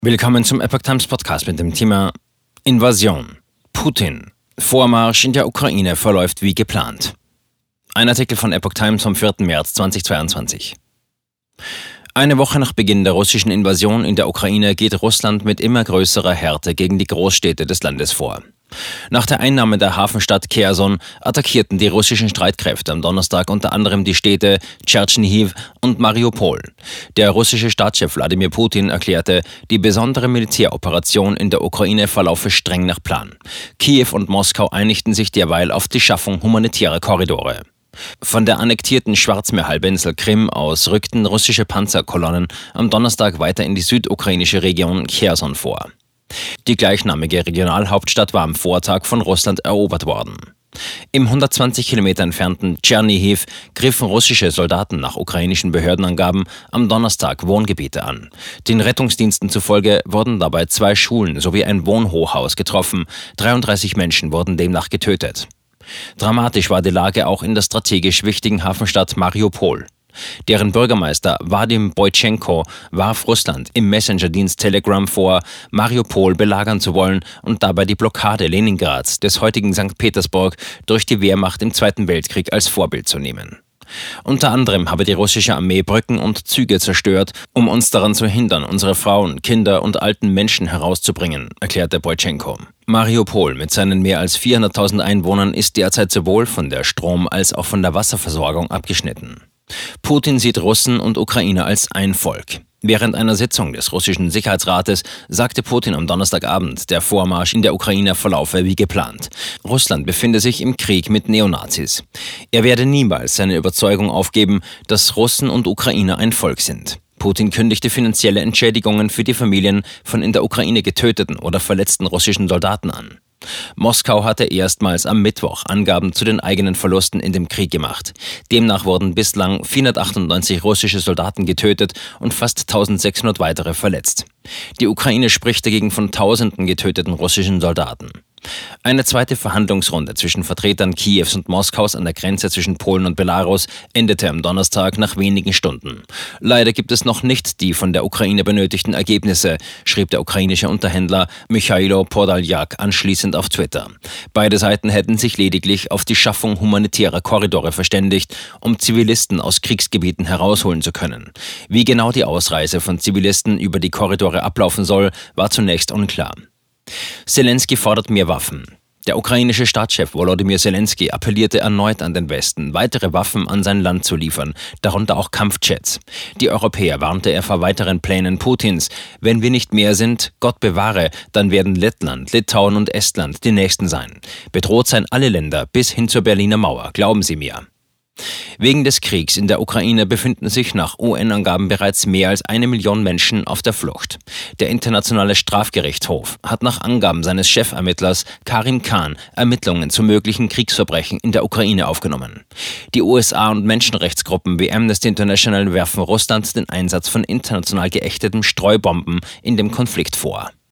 Willkommen zum Epoch Times Podcast mit dem Thema Invasion. Putin. Vormarsch in der Ukraine verläuft wie geplant. Ein Artikel von Epoch Times vom 4. März 2022. Eine Woche nach Beginn der russischen Invasion in der Ukraine geht Russland mit immer größerer Härte gegen die Großstädte des Landes vor. Nach der Einnahme der Hafenstadt Cherson attackierten die russischen Streitkräfte am Donnerstag unter anderem die Städte Tschernihiw und Mariupol. Der russische Staatschef Wladimir Putin erklärte, die besondere Militäroperation in der Ukraine verlaufe streng nach Plan. Kiew und Moskau einigten sich derweil auf die Schaffung humanitärer Korridore. Von der annektierten Schwarzmeerhalbinsel Krim aus rückten russische Panzerkolonnen am Donnerstag weiter in die südukrainische Region Cherson vor. Die gleichnamige Regionalhauptstadt war am Vortag von Russland erobert worden. Im 120 Kilometer entfernten Tschernihiw griffen russische Soldaten nach ukrainischen Behördenangaben am Donnerstag Wohngebiete an. Den Rettungsdiensten zufolge wurden dabei 2 Schulen sowie ein Wohnhochhaus getroffen. 33 Menschen wurden demnach getötet. Dramatisch war die Lage auch in der strategisch wichtigen Hafenstadt Mariupol. Deren Bürgermeister Wadim Boytschenko warf Russland im Messenger-Dienst Telegram vor, Mariupol belagern zu wollen und dabei die Blockade Leningrads, des heutigen St. Petersburg, durch die Wehrmacht im Zweiten Weltkrieg als Vorbild zu nehmen. Unter anderem habe die russische Armee Brücken und Züge zerstört, um uns daran zu hindern, unsere Frauen, Kinder und alten Menschen herauszubringen, erklärte Boytschenko. Mariupol mit seinen mehr als 400.000 Einwohnern ist derzeit sowohl von der Strom- als auch von der Wasserversorgung abgeschnitten. Putin sieht Russen und Ukrainer als ein Volk. Während einer Sitzung des russischen Sicherheitsrates sagte Putin am Donnerstagabend, der Vormarsch in der Ukraine verlaufe wie geplant. Russland befinde sich im Krieg mit Neonazis. Er werde niemals seine Überzeugung aufgeben, dass Russen und Ukrainer ein Volk sind. Putin kündigte finanzielle Entschädigungen für die Familien von in der Ukraine getöteten oder verletzten russischen Soldaten an. Moskau hatte erstmals am Mittwoch Angaben zu den eigenen Verlusten in dem Krieg gemacht. Demnach wurden bislang 498 russische Soldaten getötet und fast 1600 weitere verletzt. Die Ukraine spricht dagegen von Tausenden getöteten russischen Soldaten. Eine zweite Verhandlungsrunde zwischen Vertretern Kiews und Moskaus an der Grenze zwischen Polen und Belarus endete am Donnerstag nach wenigen Stunden. Leider gibt es noch nicht die von der Ukraine benötigten Ergebnisse, schrieb der ukrainische Unterhändler Michailo Podoljak anschließend auf Twitter. Beide Seiten hätten sich lediglich auf die Schaffung humanitärer Korridore verständigt, um Zivilisten aus Kriegsgebieten herausholen zu können. Wie genau die Ausreise von Zivilisten über die Korridore ablaufen soll, war zunächst unklar. Selenskyj fordert mehr Waffen. Der ukrainische Staatschef Volodymyr Selenskyj appellierte erneut an den Westen, weitere Waffen an sein Land zu liefern, darunter auch Kampfjets. Die Europäer warnte er vor weiteren Plänen Putins. Wenn wir nicht mehr sind, Gott bewahre, dann werden Lettland, Litauen und Estland die nächsten sein. Bedroht seien alle Länder bis hin zur Berliner Mauer, glauben Sie mir. Wegen des Kriegs in der Ukraine befinden sich nach UN-Angaben bereits mehr als 1 Million Menschen auf der Flucht. Der Internationale Strafgerichtshof hat nach Angaben seines Chefermittlers Karim Khan Ermittlungen zu möglichen Kriegsverbrechen in der Ukraine aufgenommen. Die USA und Menschenrechtsgruppen wie Amnesty International werfen Russland den Einsatz von international geächteten Streubomben in dem Konflikt vor.